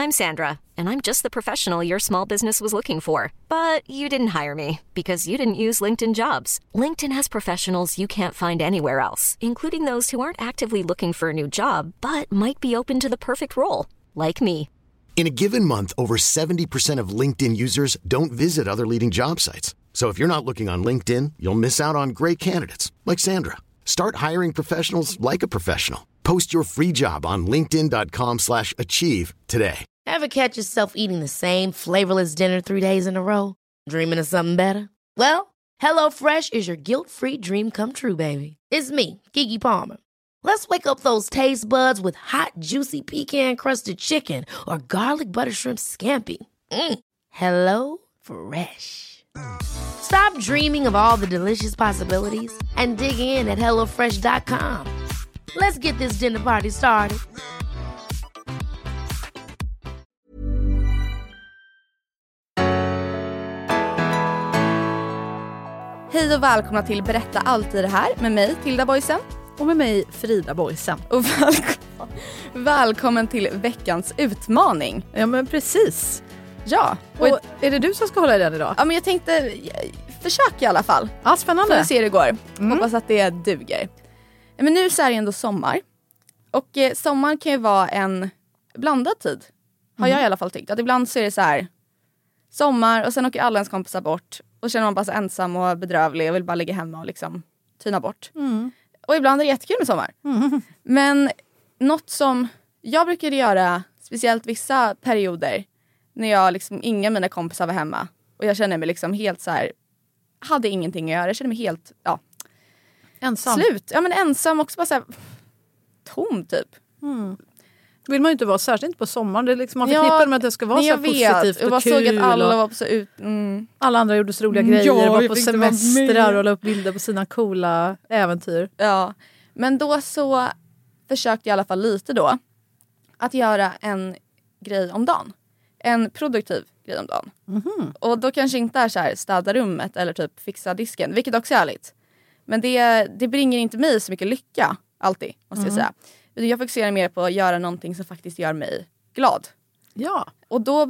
I'm Sandra, and I'm just the professional your small business was looking for. But you didn't hire me because you didn't use LinkedIn Jobs. LinkedIn has professionals you can't find anywhere else, including those who aren't actively looking for a new job, but might be open to the perfect role, like me. In a given month, over 70% of LinkedIn users don't visit other leading job sites. So if you're not looking on LinkedIn, you'll miss out on great candidates like Sandra. Start hiring professionals like a professional. Post your free job on linkedin.com/achieve today. Ever catch yourself eating the same flavorless dinner 3 days in a row? Dreaming of something better? Well, HelloFresh is your guilt-free dream come true, baby. It's me, Keke Palmer. Let's wake up those taste buds with hot, juicy pecan-crusted chicken or garlic butter shrimp scampi. Hello Fresh. Stop dreaming of all the delicious possibilities and dig in at HelloFresh.com. Let's get this dinner party started. Hej och välkomna till Berätta alltid det här med mig, Tilda Boysen. Och med mig, Frida Boysen. Och välkommen till veckans utmaning. Ja, men precis. Ja. Och är det du som ska hålla i den idag? Ja, men jag tänkte försöka i alla fall. Ja, spännande. Får vi se hur det går. Hoppas att det duger. Men nu så är det ändå sommar. Och sommar kan ju vara en blandad tid. Har jag i alla fall tyckt. Att ibland så är det så här sommar och sen åker alla ens kompisar bort. Och känner man bara så ensam och bedrövlig och vill bara ligga hemma och liksom tyna bort. Och ibland är det jättekul med sommar. Men något som jag brukade göra, speciellt vissa perioder, när jag liksom, inga av mina kompisar var hemma. Och jag kände mig liksom helt så här, hade ingenting att göra. Jag kände mig helt, ensam. Slut. Ja, men ensam också bara så här, tom typ. Vill man ju inte vara, särskilt inte på sommaren. Det är liksom, man förknippar med att det ska vara så positivt och kul. Jag såg att alla var på så alla andra gjorde så roliga grejer, var på semestrar och la upp bilder på sina coola äventyr. Ja, men då så försökte jag i alla fall lite då att göra en grej om dagen. En produktiv grej om dagen. Och då kanske inte är så här städa rummet eller typ fixa disken, vilket också är härligt. Men det bringar inte mig så mycket lycka alltid, måste jag säga. Jag fokuserar mer på att göra någonting som faktiskt gör mig glad. Ja. Och då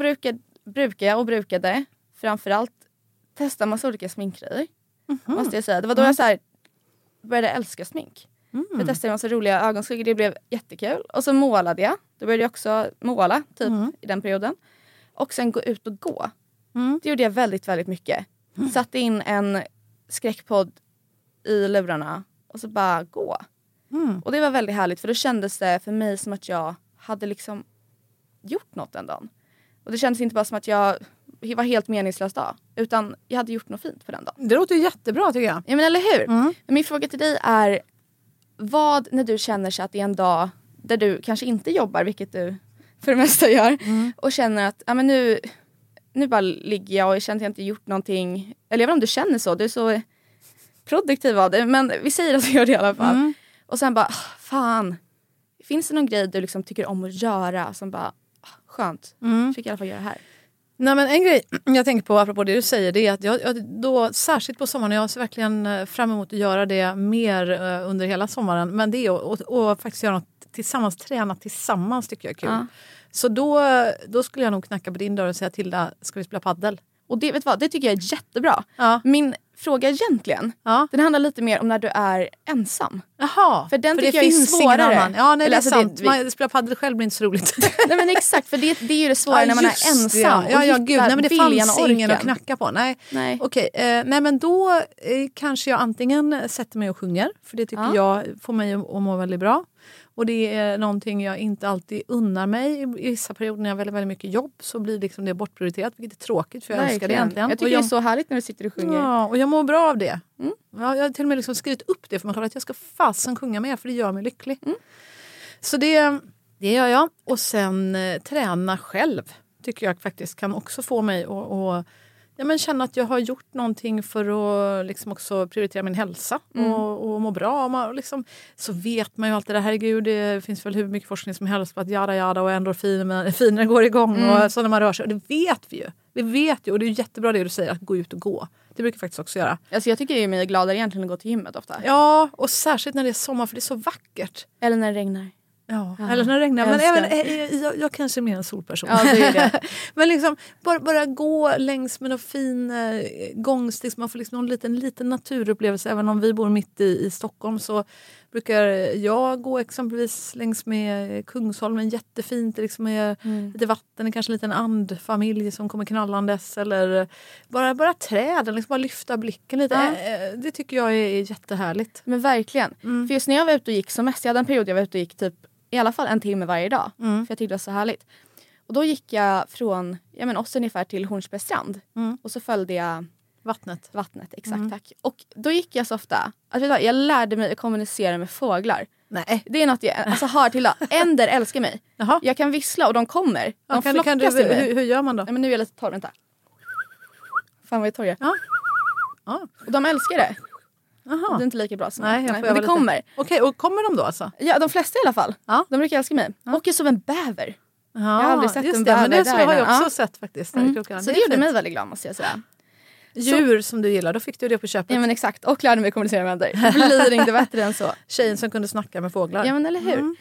brukade framförallt testa massa olika sminkgrejer. Måste jag säga. Det var då jag så här började älska smink. Jag testade en massa roliga ögonskuggor. Det blev jättekul. Och så målade jag. Då började jag också måla typ i den perioden. Och sen gå ut och gå. Det gjorde jag väldigt, väldigt mycket. Satte in en skräckpodd i lurarna. Och så bara gå. Och det var väldigt härligt. För då kändes det för mig som att jag hade liksom gjort något den dagen. Och det kändes inte bara som att jag var helt meningslös dag. Utan jag hade gjort något fint på den dagen. Det låter jättebra tycker jag. Ja, men eller hur? Men min fråga till dig är, vad när du känner så att det är en dag där du kanske inte jobbar, vilket du för det mesta gör. Och känner att men nu bara ligger jag och jag känner att jag inte gjort någonting. Eller jag vet inte om du känner så. Du är så produktiv av det. Men vi säger att du gör det i alla fall. Och sen bara, fan. Finns det någon grej du liksom tycker om att göra som bara, skönt. Fick i alla fall göra det här. Nej, men en grej jag tänker på apropå det du säger, det är att jag då särskilt på sommaren, jag ser verkligen fram emot att göra det mer under hela sommaren, men det är att faktiskt göra något tillsammans, träna tillsammans tycker jag är kul. Så då skulle jag nog knacka på din dörr och säga till dig, ska vi spela paddel? Och det, vet du vad, det tycker jag är jättebra. Min fråga egentligen, den handlar lite mer om när du är ensam. Jaha, för den tycker jag är svårare. Ja, nej, det är alltså sant. Man spelar paddel själv blir inte så roligt. Nej, men exakt, för det är ju det svåra när man är ensam. Ja, gud. Nej, men det fanns ingen att knacka på. Nej. Okej, nej, men då kanske jag antingen sätter mig och sjunger. För det tycker jag får mig att må väldigt bra. Och det är någonting jag inte alltid unnar mig. I vissa perioder när jag har väldigt, väldigt mycket jobb så blir liksom det bortprioriterat, vilket är tråkigt för jag älskar det egentligen. Jag tycker det är så härligt när du sitter och sjunger. Ja, och jag mår bra av det. Jag har till och med liksom skrivit upp det för man tror att jag ska fasen sjunga med, för det gör mig lycklig. Så det gör jag. Och sen träna själv tycker jag faktiskt kan också få mig att känna att jag har gjort någonting för att liksom också prioritera min hälsa och må bra. Och liksom, så vet man ju alltid det, herregud, det finns väl hur mycket forskning som helst på att jada och endorfiner går igång och så när man rör sig. Och det vet vi ju. Vi vet ju, och det är jättebra det du säger, att gå ut och gå. Det brukar jag faktiskt också göra. Alltså jag tycker det är mig gladare egentligen att gå till gymmet ofta. Ja, och särskilt när det är sommar, för det är så vackert. Eller när det regnar. Ja, eller när det regnar. Men även, jag kanske är mer en solperson. Ja, det är det. Men liksom, bara gå längs med någon fin gångstig. Så man får liksom någon liten naturupplevelse. Även om vi bor mitt i Stockholm så brukar jag gå exempelvis längs med Kungsholmen. Jättefint. Liksom med lite vatten. Kanske en liten andfamilj som kommer knallandes. Eller bara träden. Liksom bara lyfta blicken lite. Det tycker jag är jättehärligt. Men verkligen. För just när jag var ute och gick som mest. Jag hade en period jag var ute och gick typ i alla fall 1 timme varje dag. För jag tyckte det var så härligt. Och då gick jag från oss ungefär till Hornsbergsstrand. Och så följde jag vattnet, exakt, tack. Och då gick jag så ofta. Alltså, jag lärde mig att kommunicera med fåglar. Nej. Det är något jag har till. Änder älskar mig. Jaha. Jag kan vissla och de kommer. De Kan du, hur gör man då? Ja, men nu är jag lite torr, vänta. Fan vad jag är torr. Ja. Och de älskar det. Aha. Det är inte lika bra som men det kommer. Okej, och kommer de då alltså? Ja, de flesta i alla fall. Ja. De brukar älska mig. Och jag som en bäver. Ja, jag har aldrig sett en det, bäver men det där har jag inne. också sett faktiskt. Så det gjorde mig väldigt glad, måste jag säga. Djur som du gillar, då fick du det på köpet. Ja, men exakt. Och lärde mig kommunicera med andra. Det blir inte bättre än så. Tjejen som kunde snacka med fåglar. Ja, men eller hur?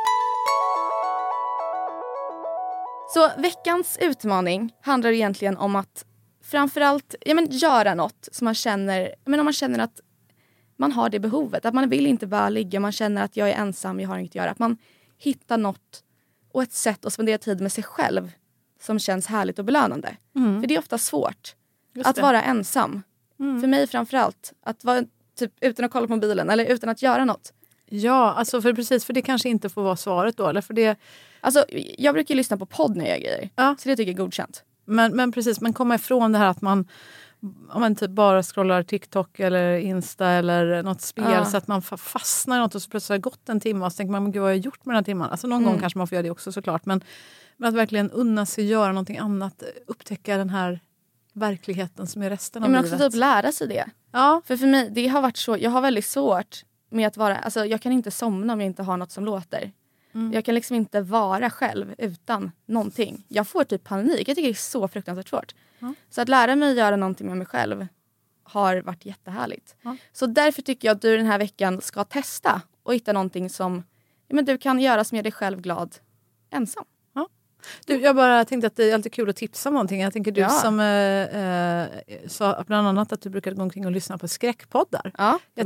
Så veckans utmaning handlar egentligen om att framförallt göra något som man känner, om man känner att man har det behovet. Att man vill inte bara ligga, man känner att jag är ensam, jag har inget att göra. Att man hittar något och ett sätt att spendera tid med sig själv som känns härligt och belönande. För det är ofta svårt att vara ensam. För mig framförallt. Att vara typ utan att kolla på mobilen eller utan att göra något. Ja, alltså för det kanske inte får vara svaret då. Eller för det... Alltså, jag brukar lyssna på podd när jag gör grejer. Ja. Så det tycker jag är godkänt. Men precis, man kommer ifrån det här att man typ bara scrollar TikTok eller Insta eller något spel så att man fastnar i något och så plötsligt har det gått 1 timme och så tänker man, men gud vad har jag gjort med den här timmen? Alltså någon gång kanske man får göra det också såklart. Men att verkligen unna sig göra någonting annat, upptäcka den här verkligheten som är resten av livet. Men också typ lära sig det. Ja. För mig, det har varit så, jag har väldigt svårt med att vara, alltså jag kan inte somna om jag inte har något som låter. Jag kan liksom inte vara själv utan någonting. Jag får typ panik. Jag tycker det är så fruktansvärt svårt. Så att lära mig göra någonting med mig själv har varit jättehärligt. Så därför tycker jag att du den här veckan ska testa och hitta någonting som du kan göra som gör dig själv glad ensam. Du, jag bara tänkte att det är alltid kul att tipsa om någonting. Jag tänker du som sa bland annat att du brukade gå omkring och lyssna på skräckpoddar. Ja, jag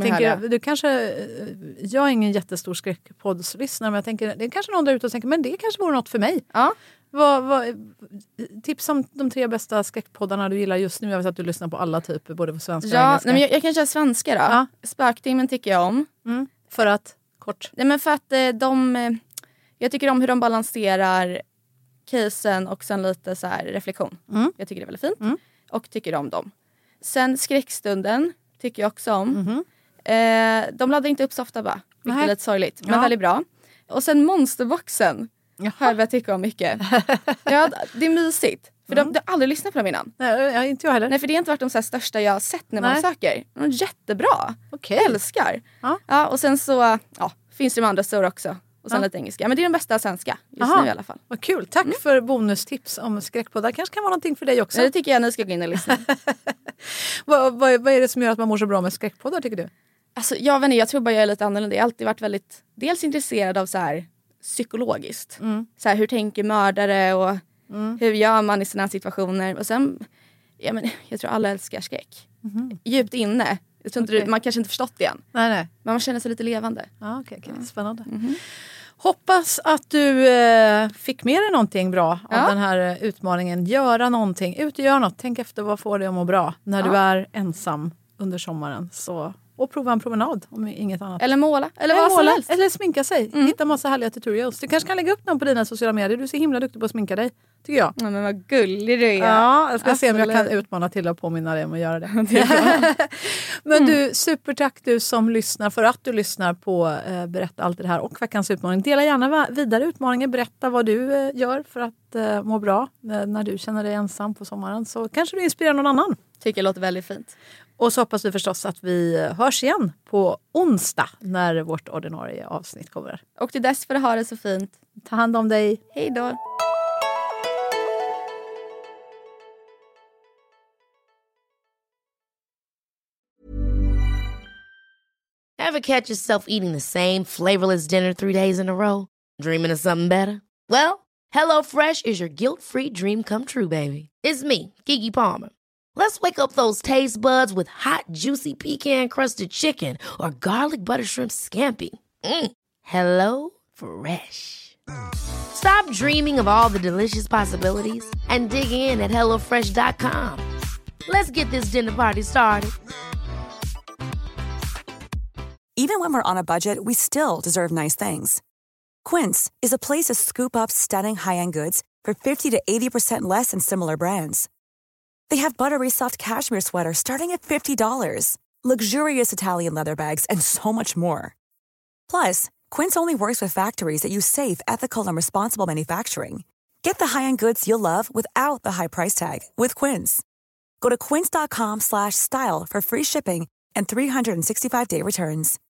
är ingen jättestor skräckpoddslyssnare, men jag tänker det är kanske någon där ute och tänker, men det kanske vore något för mig. Ja. Tips om de 3 bästa skräckpoddarna du gillar just nu. Jag vet att du lyssnar på alla typer, både på svenska och engelska. Men jag kan köra svenska då. Ja. Spöktimmen tycker jag om. För att, kort. Nej, men för att jag tycker om hur de balanserar casen och sen lite så här reflektion. Jag tycker det är väldigt fint. Och tycker om dem. Sen skräckstunden tycker jag också om. De laddar inte upp så ofta bara. Vilket är lite sorgligt. Men väldigt bra. Och sen monsterboxen. Har jag tycker om mycket. Ja, det är mysigt. För de har aldrig lyssnat på dem innan. Nej, inte jag heller. Nej, för det har inte varit de så här största jag har sett när man söker. De är jättebra. Okay. Älskar. Ja, och sen så finns det de andra stora också. Och sen lite engelska. Men det är den bästa svenska just nu i alla fall. Vad kul. Tack för bonustips om skräckpoddar. Kanske kan vara någonting för dig också. Ja, det tycker jag ni ska gå in och lyssna. vad är det som gör att man mår så bra med skräckpoddar, tycker du? Alltså, jag tror bara jag är lite annorlunda. Jag har alltid varit väldigt dels intresserad av så här psykologiskt. Så här, hur tänker mördare och hur gör man i sådana här situationer. Och sen, jag tror alla älskar skräck. Djupt inne. Jag tror inte man kanske inte förstått det än. Nej. Men man känner sig lite levande. Ja, okej. Spännande. Hoppas att du fick med dig någonting bra av den här utmaningen. Göra någonting. Ut och gör något. Tänk efter vad får dig att må bra när du är ensam under sommaren. Och prova en promenad om inget annat. Eller måla. Eller vad som helst. Eller sminka sig. Hitta massa härliga tutorials. Du kanske kan lägga upp någon på dina sociala medier. Du är så himla duktig på att sminka dig. Tycker jag. Ja, men vad gullig du är. Ja, jag ska se om jag kan utmana till att påminna dig om att göra det. Men du, supertack du som lyssnar för att du lyssnar på Berätta allt det här och veckans utmaning. Dela gärna vidare utmaningen. Berätta vad du gör för att må bra när du känner dig ensam på sommaren. Så kanske du inspirerar någon annan. Tycker det låter väldigt fint. Och så hoppas vi förstås att vi hörs igen på onsdag när vårt ordinarie avsnitt kommer. Och till dess får du ha det så fint. Ta hand om dig. Hej då. Ever catch yourself eating the same flavorless dinner 3 days in a row? Dreaming of something better? Well, HelloFresh is your guilt-free dream come true, baby. It's me, Keke Palmer. Let's wake up those taste buds with hot, juicy pecan-crusted chicken or garlic butter shrimp scampi. Hello Fresh. Stop dreaming of all the delicious possibilities and dig in at HelloFresh.com. Let's get this dinner party started. Even when we're on a budget, we still deserve nice things. Quince is a place to scoop up stunning high-end goods for 50 to 80% less than similar brands. They have buttery soft cashmere sweaters starting at $50, luxurious Italian leather bags, and so much more. Plus, Quince only works with factories that use safe, ethical, and responsible manufacturing. Get the high-end goods you'll love without the high price tag with Quince. Go to quince.com/style for free shipping and 365-day returns.